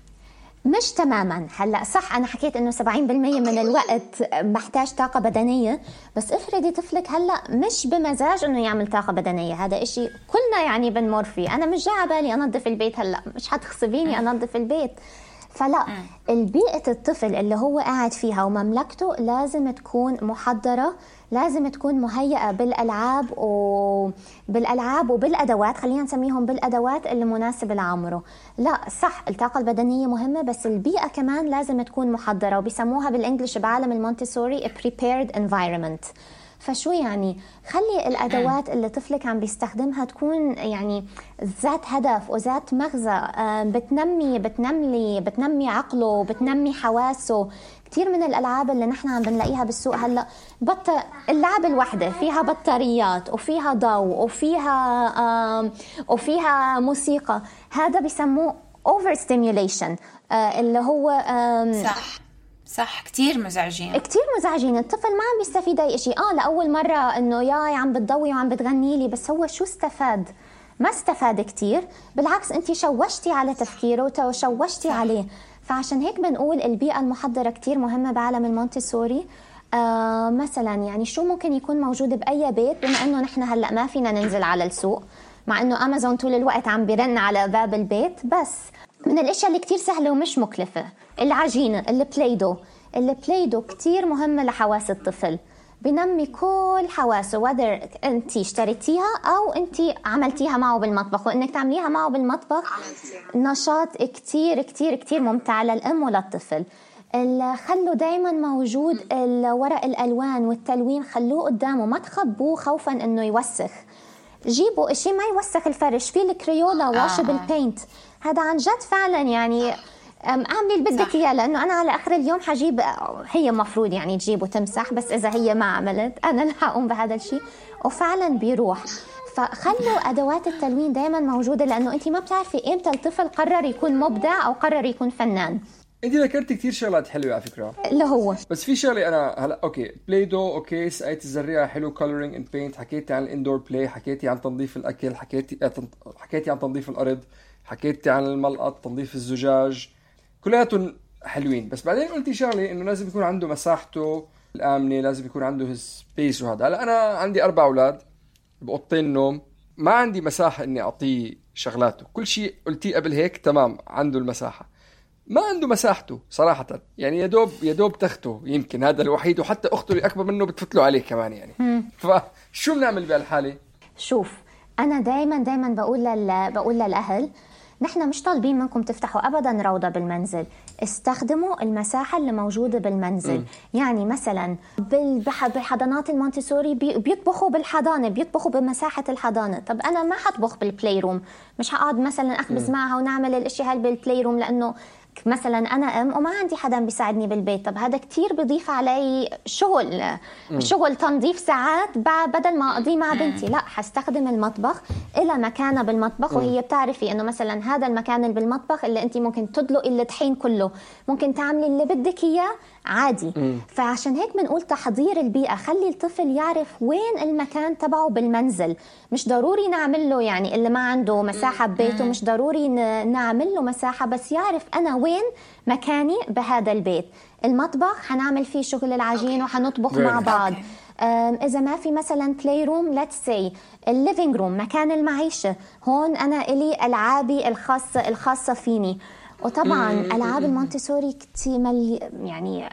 مش تماما. هلا صح انا حكيت انه سبعين بالمية من الوقت محتاج طاقه بدنيه، بس افرضي طفلك هلا مش بمزاج انه يعمل طاقه بدنيه، هذا إشي كلنا يعني بنمر فيه. انا مش جاي على بالي انظف البيت هلا، مش حتغصبيني انظف البيت. فلا، البيئة الطفل اللي هو قاعد فيها ومملكته لازم تكون محضرة، لازم تكون مهيئة بالألعاب وبالألعاب وبالأدوات، خلينا نسميهم بالأدوات اللي مناسبة لعمره. لا صح، الطاقة البدنية مهمة، بس البيئة كمان لازم تكون محضرة، وبيسموها بالإنجليش بعالم المونتيسوري prepared environment. فشو يعني؟ خلي الأدوات اللي طفلك عم بيستخدمها تكون يعني ذات هدف وذات مغزى، بتنمي بتنمي بتنمي عقله، بتنمي حواسه. كتير من الألعاب اللي نحن عم بنلاقيها بالسوق هلأ بط... اللعبة الواحدة فيها بطاريات وفيها ضوء وفيها وفيها موسيقى، هذا بيسموه overstimulation، اللي هو صح صح كتير مزعجين كتير مزعجين. الطفل ما عم بيستفيد أي شيء. آه لأول مرة إنه ياي عم بتضوي وعم بتغني لي، بس هو شو استفاد؟ ما استفاد كتير، بالعكس أنت شوشتي على تفكيره وشوشتي عليه. فعشان هيك بنقول البيئة المحضرة كتير مهمة بعالم المونتيسوري. آه مثلا يعني شو ممكن يكون موجود بأي بيت، بما إنه نحن هلأ ما فينا ننزل على السوق، مع إنه أمازون طول الوقت عم بيرن على باب البيت. بس من الاشياء اللي كتير سهله ومش مكلفه العجينه، البلايدو. البلايدو كتير مهمه لحواس الطفل، بنمي كل حواسه، وذر انت اشتريتيها او انت عملتيها معه بالمطبخ. وانك تعمليها معه بالمطبخ نشاط كتير كتير كتير ممتع للام وللطفل. خلوا دايما موجود الورق الالوان والتلوين، خلوه قدامه، ما تخبوه خوفا انه يوسخ. جيبوا اشي ما يوسخ الفرش، في الكريولا واشبل آه. بينت، هذا عن جد فعلا يعني اعملي اللي بدك اياه، لانه انا على اخر اليوم حجيب، هي مفروض يعني تجيب وتمسح، بس اذا هي ما عملت انا اللي حقوم بهذا الشيء، وفعلا بيروح. فخلوا ادوات التلوين دائما موجوده، لانه انت ما بتعرفي امتى الطفل قرر يكون مبدع او قرر يكون فنان. انت ذكرتي كثير شغلات حلوه على فكره، اللي هو بس في شغله انا هلا اوكي بلاي دو اوكي سقايه الزريعه حلو، كولرينج اند بينت، حكيتي عن الاندور بلاي، حكيتي عن تنظيف الاكل، حكيتي حكيتي عن تنظيف الارض، حكيتي عن الملقط، تنظيف الزجاج، كلياتهم حلوين. بس بعدين قلتي شغله انه لازم يكون عنده مساحته الامنه، لازم يكون عنده سبيس. وهذا هلا انا عندي اربع اولاد باوضتين نوم، ما عندي مساحه اني اعطيه شغلاته، كل شيء قلتيه قبل هيك تمام، عنده المساحه، ما عنده مساحته صراحة. يعني يدوب يدوب تخته، يمكن هذا الوحيد، وحتى أخته اللي أكبر منه بتفتله عليه كمان يعني. مم. فشو بنعمل بهالحالة؟ شوف أنا دايما دايما بقول لل... بقول للأهل، نحن مش طالبين منكم تفتحوا أبدا روضة بالمنزل، استخدموا المساحة اللي موجودة بالمنزل. م. يعني مثلا بحضانات المونتيسوري بيطبخوا بالحضانة، بيطبخوا بمساحة الحضانة. طب أنا ما حطبخ بالبلاي روم، مش هقعد مثلا أخبز م. معها ونعمل الاشياء هاي بالبلاي روم، لأنه مثلا أنا أم وما عندي حدا بيساعدني بالبيت. طب هذا كتير بيضيف علي شغل م. شغل تنظيف ساعات بدل ما أقضي مع بنتي. لا، حستخدم المطبخ إلى مكانه بالمطبخ، م. وهي بتعرفي أنه مثلا هذا المكان اللي بالمطبخ اللي أنت ممكن تدلقي الطحين كله، ممكن تعملي اللي بدك إياه عادي. م. فعشان هيك بنقول تحضير البيئة، خلي الطفل يعرف وين المكان تبعه بالمنزل. مش ضروري نعمل له يعني اللي ما عنده مساحة ببيته، مش ضروري نعمل له مساحة، بس يعرف أنا وين مكاني بهذا البيت. المطبخ حنعمل فيه شغل العجين وحنطبخ مع بعض. إذا ما في مثلا بلاي روم، let's say الليفينج روم، مكان المعيشة، هون أنا إلي ألعابي الخاصة الخاصة فيني. وطبعا ألعاب المونتسوري كتير ملي يعني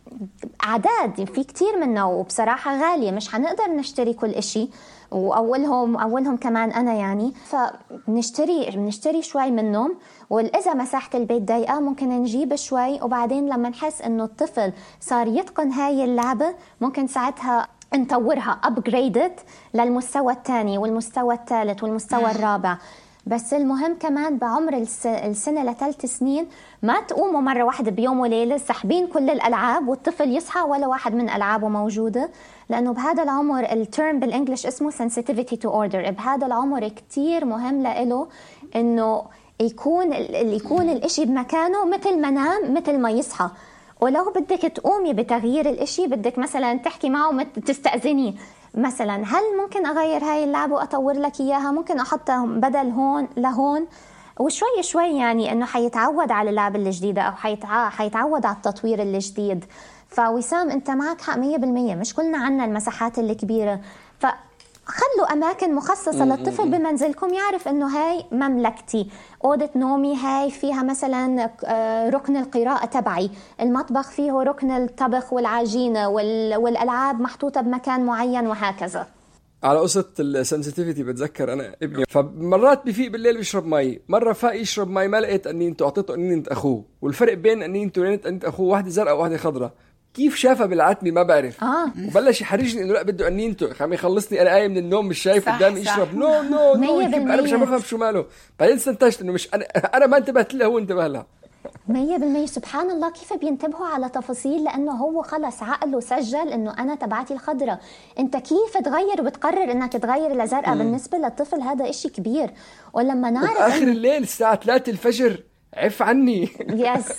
أعداد في كتير منه، وبصراحة غالية، مش هنقدر نشتري كل إشي، وأولهم أولهم كمان أنا يعني، فنشتري بنشتري شوي منهم، وإذا مساحة البيت ضيقة ممكن نجيب شوي، وبعدين لما نحس إنه الطفل صار يتقن هاي اللعبة ممكن ساعتها نطورها upgraded للمستوى الثاني والمستوى الثالث والمستوى الرابع. بس المهم كمان بعمر الس... السنة لثلاث سنين ما تقوموا مرة واحدة بيوم وليلة سحبين كل الألعاب والطفل يصحى ولا واحد من ألعابه موجودة، لأنه بهذا العمر الترم بالإنجليش اسمه sensitivity to order. بهذا العمر كتير مهم لإله إنه يكون يكون الإشي بمكانه مثل ما نام مثل ما يصحى. ولو بدك تقومي بتغيير الإشي بدك مثلا تحكي معه تستأذني مثلا، هل ممكن أغير هاي اللعبة وأطور لك إياها، ممكن أحطها بدل هون لهون، وشوي شوي يعني إنه حيتعود على اللعبة الجديدة أو حيتع... حيتعود على التطوير الجديد. فوسام أنت معك حق مية بالمية، مش كلنا عنا المساحات الكبيرة، فخلوا أماكن مخصصة للطفل بمنزلكم يعرف إنه هاي مملكتي، أوضة نومي هاي فيها مثلا ركن القراءة تبعي، المطبخ فيه ركن الطبخ والعجينة، والألعاب محطوطة بمكان معين، وهكذا. على قصة السنسيتيفيتي بتذكر أنا ابني فمرات بفيق بالليل بيشرب مي، مرة فاق يشرب مي ما لقيت أني أنتو أعطيته أني أنت أخوه، والفرق بين أني أنتو أنت أنت أخوه واحدة زرقاء وواحدة خضراء، كيف شافها بالعتمة ما بعرف. آه. وبلش يحرجني إنه لا بده أني أنتو خليني يخلصني أنا قايم من النوم مش شايف قدامي يشرب نو نو نو أنا مش بفهم شو ماله. بعدين استنتجت إنه مش أنا أنا ما انتبهت له هو انتبه لها. مية بالمية. سبحان الله كيف بينتبهوا على تفاصيل، لأنه هو خلص عقله سجل إنه أنا تبعتي الخضرة. أنت كيف تغير وبتقرر إنك تغير لزرقاء؟ بالنسبة للطفل هذا إشي كبير. ولما نعرف آخر الليل الساعة ثلاثة الفجر عف عني. يس.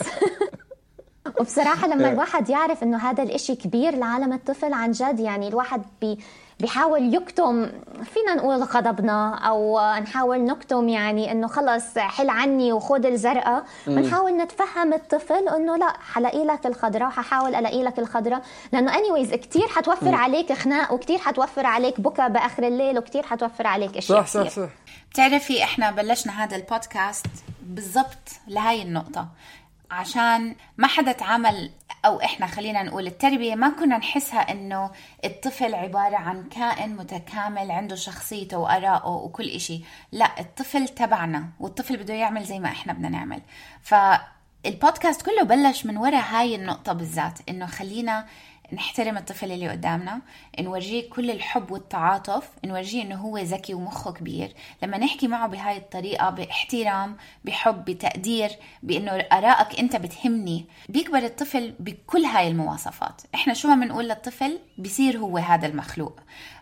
وبصراحة لما الواحد يعرف إنه هذا الإشي كبير لعالم الطفل عن جد، يعني الواحد بي بيحاول يكتم، فينا نقول غضبنا أو نحاول نكتم يعني إنه خلص حل عني وخذ الزرقاء، ونحاول نتفهم الطفل إنه لا حلاقي لك الخضرة وححاول ألاقي لك الخضرة، لأنه anyways كتير حتوفر م. عليك خناق، وكتير حتوفر عليك بكى بآخر الليل، وكتير حتوفر عليك أشياء. صح صح صح. بتعرفي إحنا بلشنا هذا البودكاست بالضبط لهاي النقطة، عشان ما حدا تعامل، أو إحنا خلينا نقول التربية ما كنا نحسها إنه الطفل عبارة عن كائن متكامل عنده شخصيته وآراءه وكل إشي. لا، الطفل تبعنا والطفل بده يعمل زي ما إحنا بدنا نعمل. فالبودكاست كله بلش من وراء هاي النقطة بالذات، إنه خلينا نحترم الطفل اللي قدامنا، نورجيه كل الحب والتعاطف، نورجيه إنه هو ذكي ومخه كبير. لما نحكي معه بهاي الطريقة باحترام بحب بتقدير، بإنه آرائك أنت بتهمني، بيكبر الطفل بكل هاي المواصفات. إحنا شو ما بنقول للطفل بيصير هو هذا المخلوق.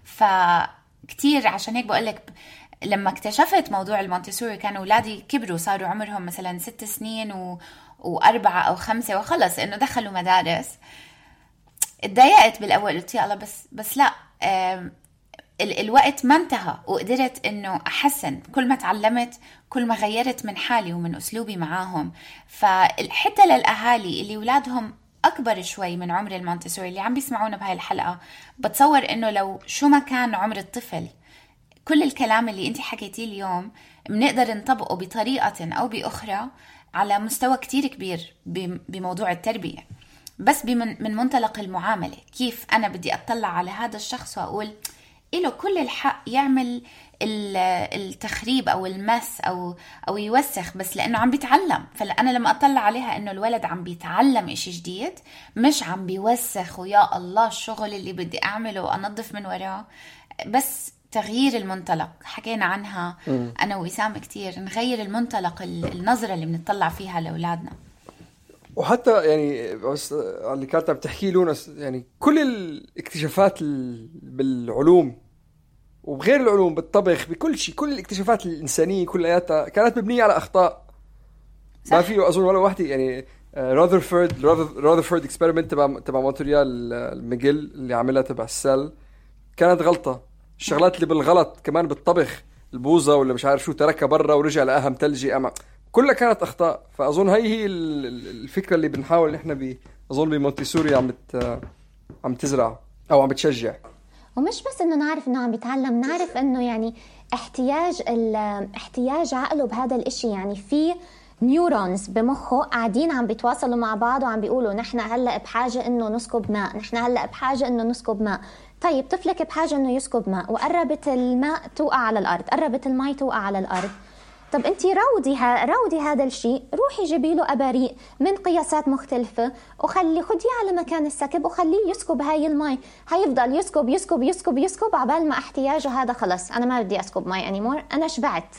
فكتير عشان هيك بقولك لما اكتشفت موضوع المونتسوري كانوا أولادي كبروا، صاروا عمرهم مثلا ست سنين و... وأربعة أو خمسة، وخلص إنه دخلوا مدارس. اتضايقت بالأول، قلت يا الله بس بس لا، ال الوقت ما انتهى، وقدرت إنه أحسن كل ما تعلمت، كل ما غيرت من حالي ومن أسلوبي معاهم. فحتى للأهالي اللي أولادهم أكبر شوي من عمر المونتسوري اللي عم بيسمعونا بهاي الحلقة، بتصور إنه لو شو ما كان عمر الطفل، كل الكلام اللي انت حكيتيه اليوم بنقدر نطبقه بطريقة أو بأخرى على مستوى كتير كبير بموضوع التربية، بس من منطلق المعاملة. كيف أنا بدي أطلع على هذا الشخص وأقول إله كل الحق يعمل التخريب أو المس أو أو يوسخ، بس لأنه عم بيتعلم. فأنا لما أطلع عليها إنه الولد عم بيتعلم إشي جديد، مش عم بيوسخ ويا الله الشغل اللي بدي أعمله وأنظف من وراه، بس تغيير المنطلق حكينا عنها م. أنا وإسام كتير، نغير المنطلق، النظرة اللي بنطلع فيها لأولادنا. وحتى يعني بس اللي كانت عم تحكي لونس، يعني كل الاكتشافات بالعلوم وبغير العلوم، بالطبخ، بكل شيء، كل الاكتشافات الإنسانية كلها كانت مبنية على أخطاء. صح. ما في أظن ولا واحدة، يعني راذرفورد راذرفورد اكسبيرمنت تبع تبع مونتريال المجل اللي عملها تبع السل كانت غلطة. الشغلات اللي بالغلط كمان بالطبخ، البوظة ولا مش عارف شو تركها برا ورجع لأهم تلجي أما كلها كانت أخطاء. فأظن هاي هي الفكرة اللي بنحاول نحن ب أظن بمونتسوري عم بت عم تزرع أو عم بتشجع. ومش بس إنه نعرف إنه عم بيتعلم، نعرف إنه يعني احتياج احتياج عقله بهذا الإشي. يعني في نيورونز بمخه قاعدين عم بيتواصلوا مع بعض وعم بيقولوا نحن هلأ بحاجة إنه نسكب ماء، نحن هلأ بحاجة إنه نسكب ماء. طيب طفلك بحاجة إنه يسكب ماء وقربت الماء توقع على الأرض، قربت الماء توقع على الأرض. طب أنتِ راودي ها راودي هذا الشيء، روحي جيبي له أباريق من قياسات مختلفة وخلي خديه على مكان السكب وخليه يسكب هاي الماء. هيفضل يسكب يسكب يسكب يسكب عبال ما احتياجه هذا خلص، أنا ما بدي أسكب ماء أنيمور، أنا شبعت.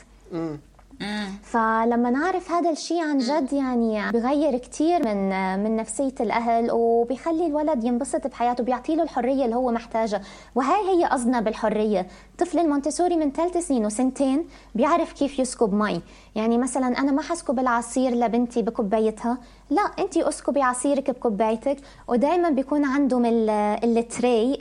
فلما نعرف هذا الشيء عن جد يعني بغير كتير من من نفسية الأهل وبيخلي الولد ينبسط بحياته، بيعطيله الحرية اللي هو محتاجها. وهي هي قصدنا بالحرية. طفل المونتسوري من ثلاث سنين وسنتين بيعرف كيف يسكب مي. يعني مثلا أنا ما حسكب العصير لبنتي بكوبايتها، لا أنتي أسكبي عصيرك بكوبايتك. ودايما بيكون عندهم التري.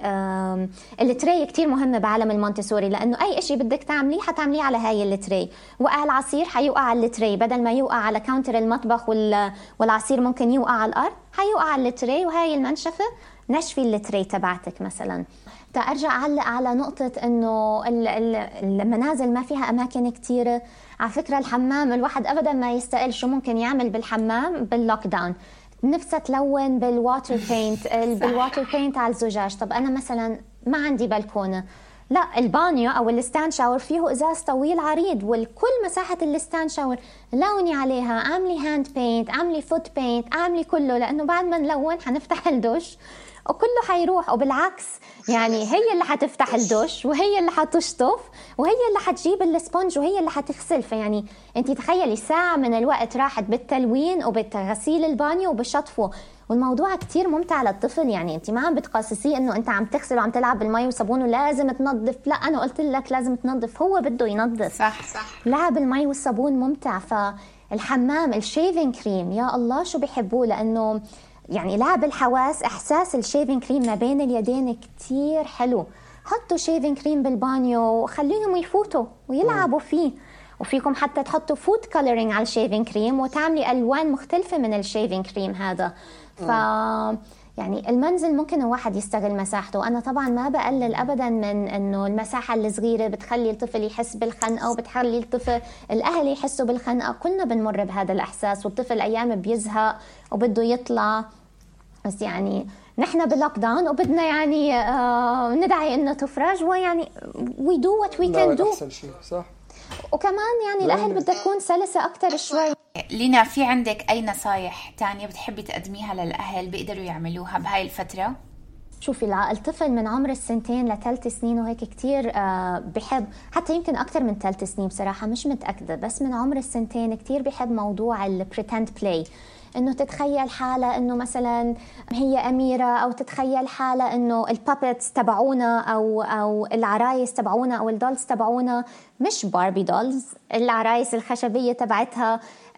التري كتير مهمة بعالم المونتسوري، لأنه أي إشي بدك تعمليه حتعمليه على هاي التري. وقع العصير حيوقع على التري، بدل ما يوقع على كاونتر المطبخ والعصير ممكن يوقع على الأرض، حيوقع على التري. وهاي المنشفة نشفي التري تبعتك مثلا. تأرجع أعلق على نقطة إنه المنازل ما فيها أماكن كتيرة. على فكرة الحمام الواحد أبدا ما يستقل شو ممكن يعمل بالحمام باللوك داون. نفسها تلون بالواتر بينت بالواتر بينت على الزجاج. طب أنا مثلا ما عندي بلكونة، لا البانيو أو الستاند شاور فيه إزاز طويل عريض، والكل مساحة الستاند شاور لوني عليها، اعملي هاند بينت، اعملي فوت بينت، اعملي كله، لأنه بعد ما نلون حنفتح الدش وكله حيروح. وبالعكس يعني هي اللي حتفتح الدش وهي اللي حتشطف وهي اللي حتجيب الاسبونج وهي اللي حتغسل. فيعني انتي تخيلي ساعة من الوقت راحت بالتلوين وبتغسيل البانيو وبشطفه. والموضوع كتير ممتع للطفل. يعني انت ما عم بتقاسسيه انه انت عم تغسل وعم تلعب بالمي وصابون ولازم تنظف، لا انا قلت لك لازم تنظف، هو بده ينظف. صح صح. لعب المي والصابون ممتع. فالحمام الشيفين كريم يا الله شو بيحبوه، لانه يعني لعب الحواس، احساس الشيفين كريم ما بين اليدين كتير حلو. حطوا شيفين كريم بالبانيو وخليهم يفوتوا ويلعبوا فيه. وفيكم حتى تحطوا فود كولرينج على الشيفين كريم وتعملي ألوان مختلفة من الشيفين كريم هذا. ف يعني المنزل ممكن الواحد يستغل مساحته. أنا طبعا ما بقلل أبدا من أنه المساحة الصغيرة بتخلي الطفل يحس بالخنقة وبتخلي الطفل الأهل يحسوا بالخنقة. كلنا بنمر بهذا الإحساس، والطفل أيام بيزهق وبده يطلع. بس يعني نحن باللوك داون وبدنا يعني آه ندعي إنه تفرج، ويعني we do what we can do. أحسن شيء صح. وكمان يعني الأهل بدها تكون سلسة أكتر شوي. لينا، في عندك أي نصايح تانية بتحبي تقدميها للأهل بيقدروا يعملوها بهاي الفترة؟ شوفي الطفل من عمر السنتين لثلاث سنين وهيك كتير بحب، حتى يمكن أكتر من ثلاث سنين بصراحة مش متأكدة، بس من عمر السنتين كتير بحب موضوع البريتند بلاي. إنه تتخيل حالة إنه مثلا هي أميرة، أو تتخيل حالة إنه البابتس تبعونا أو أو العرايس تبعونا أو الدولز تبعونا مش باربي دولز، العرايس الخشبية تبعتها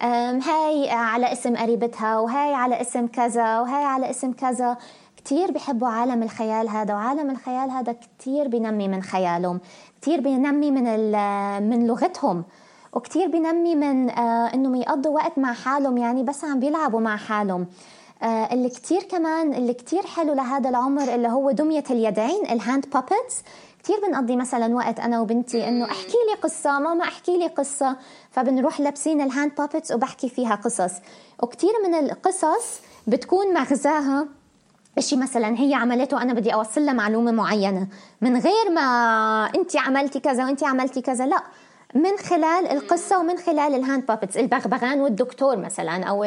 هاي على اسم قريبتها وهاي على اسم كذا وهاي على اسم كذا. كتير بيحبوا عالم الخيال هذا، وعالم الخيال هذا كتير بينمي من خيالهم، كتير بينمي من من لغتهم، وكتير بينمي من آه إنهم يقضوا وقت مع حالهم، يعني بس عم بيلعبوا مع حالهم. آه اللي كتير كمان اللي كتير حلو لهذا العمر اللي هو دمية اليدين، الهاند بابتس. كتير بنقضي مثلا وقت أنا وبنتي إنه احكي لي قصة ماما، احكي لي قصة، فبنروح لابسين الهاند بابتس وبحكي فيها قصص. وكتير من القصص بتكون مغزاها إشي مثلا هي عملته أنا بدي أوصل لها معلومة معينة، من غير ما أنتي عملتي كذا وأنتي عملتي كذا، لا، من خلال القصة ومن خلال الهاند بابتس. البغبغان والدكتور مثلا، أو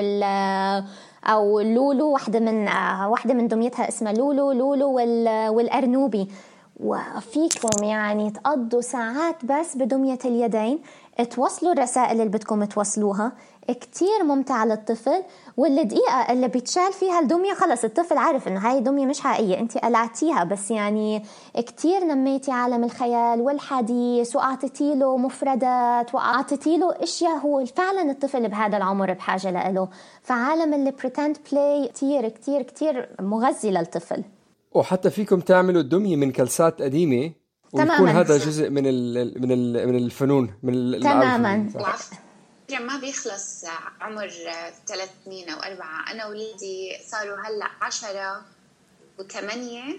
أو لولو، واحدة من واحدة من دميتها اسمها لولو لولو والأرنوبي. وفيكم يعني تقضوا ساعات بس بدمية اليدين، توصلوا الرسائل اللي بدكم توصلوها. كتير ممتع للطفل. واللي دقيقة اللي بيتشال فيها الدمية خلص الطفل عارف انه هاي دمية مش حقيقية، انتي قلعتيها، بس يعني كتير نميتي عالم الخيال والحديث، وأعطيتي له مفردات، وأعطيتي له اشياء هو فعلا الطفل بهذا العمر بحاجة له. فعالم اللي بريتند بلاي كتير كتير كتير مغذي للطفل. وحتى فيكم تعملوا الدمية من كلسات قديمة، ويكون هذا جزء من ال من ال من الفنون، من تماما. ما بيخلص عمر ثلاث سنين أو أربعة. أنا وليدي صاروا هلأ عشرة وثمانية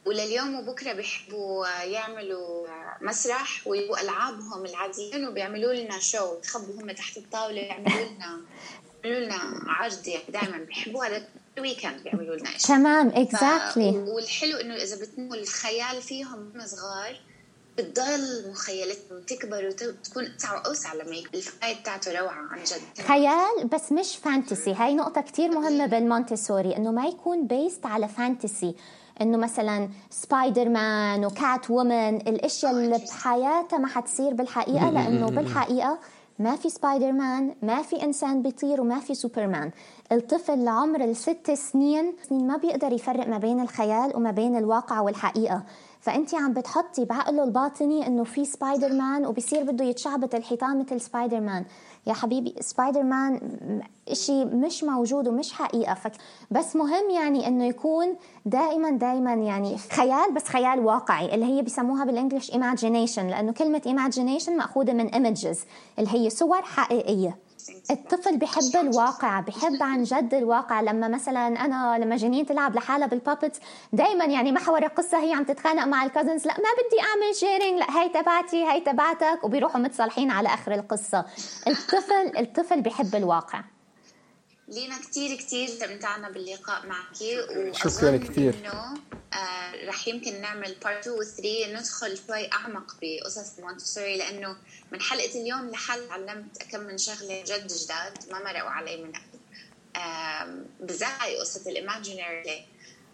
ولليوم وبكرة بيحبوا يعملوا مسرح وألعابهم العاديين وبيعملوا لنا شو، يخبوا هم تحت الطاولة يعملوا لنا يعملوا لنا عرض. يعني دائما بيحبوا هذا الويكند بيعملوا لنا إشي. تمام exactly. والحلو إنه إذا بتنمو الخيال فيهم هم صغار بتضل مخيلتهم تكبر وتكون أوسع وأوسع لما يكون الفايد بتاعته روعة عن جد. خيال بس مش فانتسي. هاي نقطة كتير مهمة بالمونتسوري، إنه ما يكون بيست على فانتسي، إنه مثلا سبايدر مان وكات وومن، الأشياء اللي بحياتها ما حتصير بالحقيقة، لأنه بالحقيقة ما في سبايدر مان، ما في إنسان بيطير، وما في سوبرمان. الطفل لعمر الست سنين ما بيقدر يفرق ما بين الخيال وما بين الواقع والحقيقة. فأنتي عم بتحطي بعقله الباطني إنه في سبايدر مان وبيصير بده يتشعبط الحيطان مثل سبايدر مان. يا حبيبي سبايدر مان إشي مش موجود ومش حقيقة. بس مهم يعني إنه يكون دائما دائما يعني خيال، بس خيال واقعي اللي هي بيسموها بالإنجليش imagination، لأنه كلمة imagination مأخوذة من images اللي هي صور حقيقية. الطفل بيحب الواقع، بيحب عن جد الواقع. لما مثلا أنا لما جنين تلعب لحالها بالبابتس دايما يعني محور القصة هي عم تتخانق مع الكازنز، لا ما بدي أعمل شيرينج، لا هاي تبعتي هاي تبعتك، وبيروحوا متصالحين على آخر القصة. الطفل الطفل بيحب الواقع. لينا كتير كتير استمتعنا باللقاء معك، شكرا كتير. إنه آه رح يمكن نعمل بارت اثنين و ثلاثة ندخل شوي أعمق بقصص مونتسوري، لأنه من حلقة اليوم لحل علمت كم من شغلة جد جداد ما مرقوا علي من قبل. آه بزاي قصة الإيماجينيري.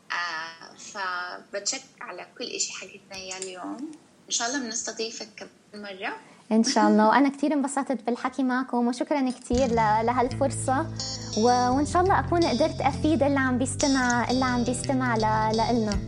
آه فبتشكر على كل إشي حكيتنا إياه اليوم. إن شاء الله بنستضيفك كم مرة إن شاء الله. وأنا كتير انبسطت بالحكي معكم، وشكرا كتير لهالفرصة، وإن شاء الله أكون قدرت أفيد اللي عم بيستمع اللي عم بيستمع لنا.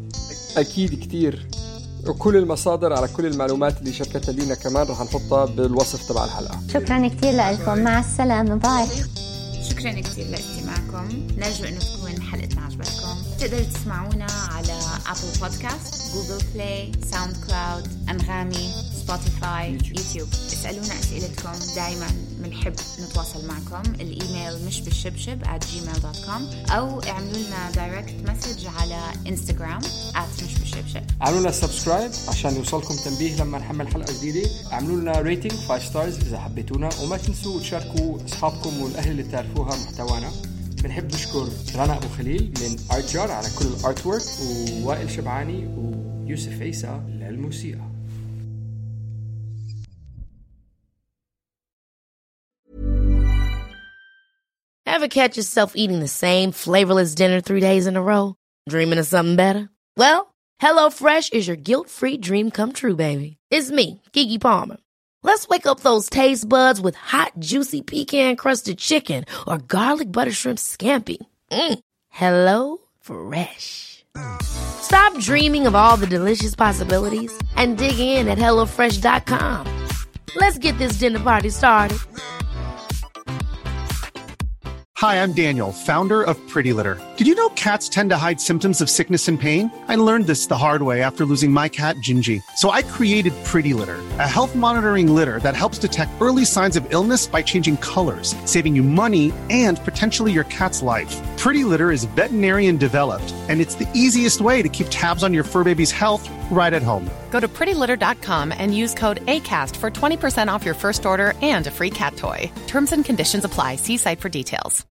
أكيد كتير. وكل المصادر على كل المعلومات اللي شاركتها لينا كمان رح نحطها بالوصف تبع الحلقة. شكرا كتير لكم، مع السلامة، باي. شكرا كتير لاستماعكم، نرجو أنه تكون حلقتنا عجبتكم. تقدروا تسمعونا على أبل بودكاست، جوجل بلاي، ساوند كلاود، أنغامي، سبوتيفاي، يوتيوب. اسألونا أسئلتكم، دايما بنحب نتواصل معكم. الإيميل مش بالشبشب at gmail dot com، أو اعملوا لنا دايركت مسج على إنستغرام at مش بالشبشب. اعملوا لنا سبسكرايب عشان يوصلكم تنبيه لما نحمل حلقة جديدة. اعملوا لنا ريتنج خمسة ستارز إذا حبيتونا، وما تنسوا تشاركوا أصحابكم والأهل اللي تعرفوها محتوانا. بنحب نشكر رنا أبو خليل من أرتجار على كل الأرت وورك، ووائل شبعاني ويوسف عيسى للموسيقى. Ever catch yourself eating the same flavorless dinner three days in a row? Dreaming of something better? Well, HelloFresh is your guilt-free dream come true, baby. It's me, Keke Palmer. Let's wake up those taste buds with hot, juicy pecan-crusted chicken or garlic butter shrimp scampi. Mm. Hello Fresh. Stop dreaming of all the delicious possibilities and dig in at hello fresh dot com. Let's get this dinner party started. Hi, I'm Daniel, founder of Pretty Litter. Did you know cats tend to hide symptoms of sickness and pain? I learned this the hard way after losing my cat, Gingy. So I created Pretty Litter, a health monitoring litter that helps detect early signs of illness by changing colors, saving you money and potentially your cat's life. Pretty Litter is veterinarian developed, and it's the easiest way to keep tabs on your fur baby's health right at home. Go to pretty litter dot com and use code ACAST for twenty percent off your first order and a free cat toy. Terms and conditions apply. See site for details.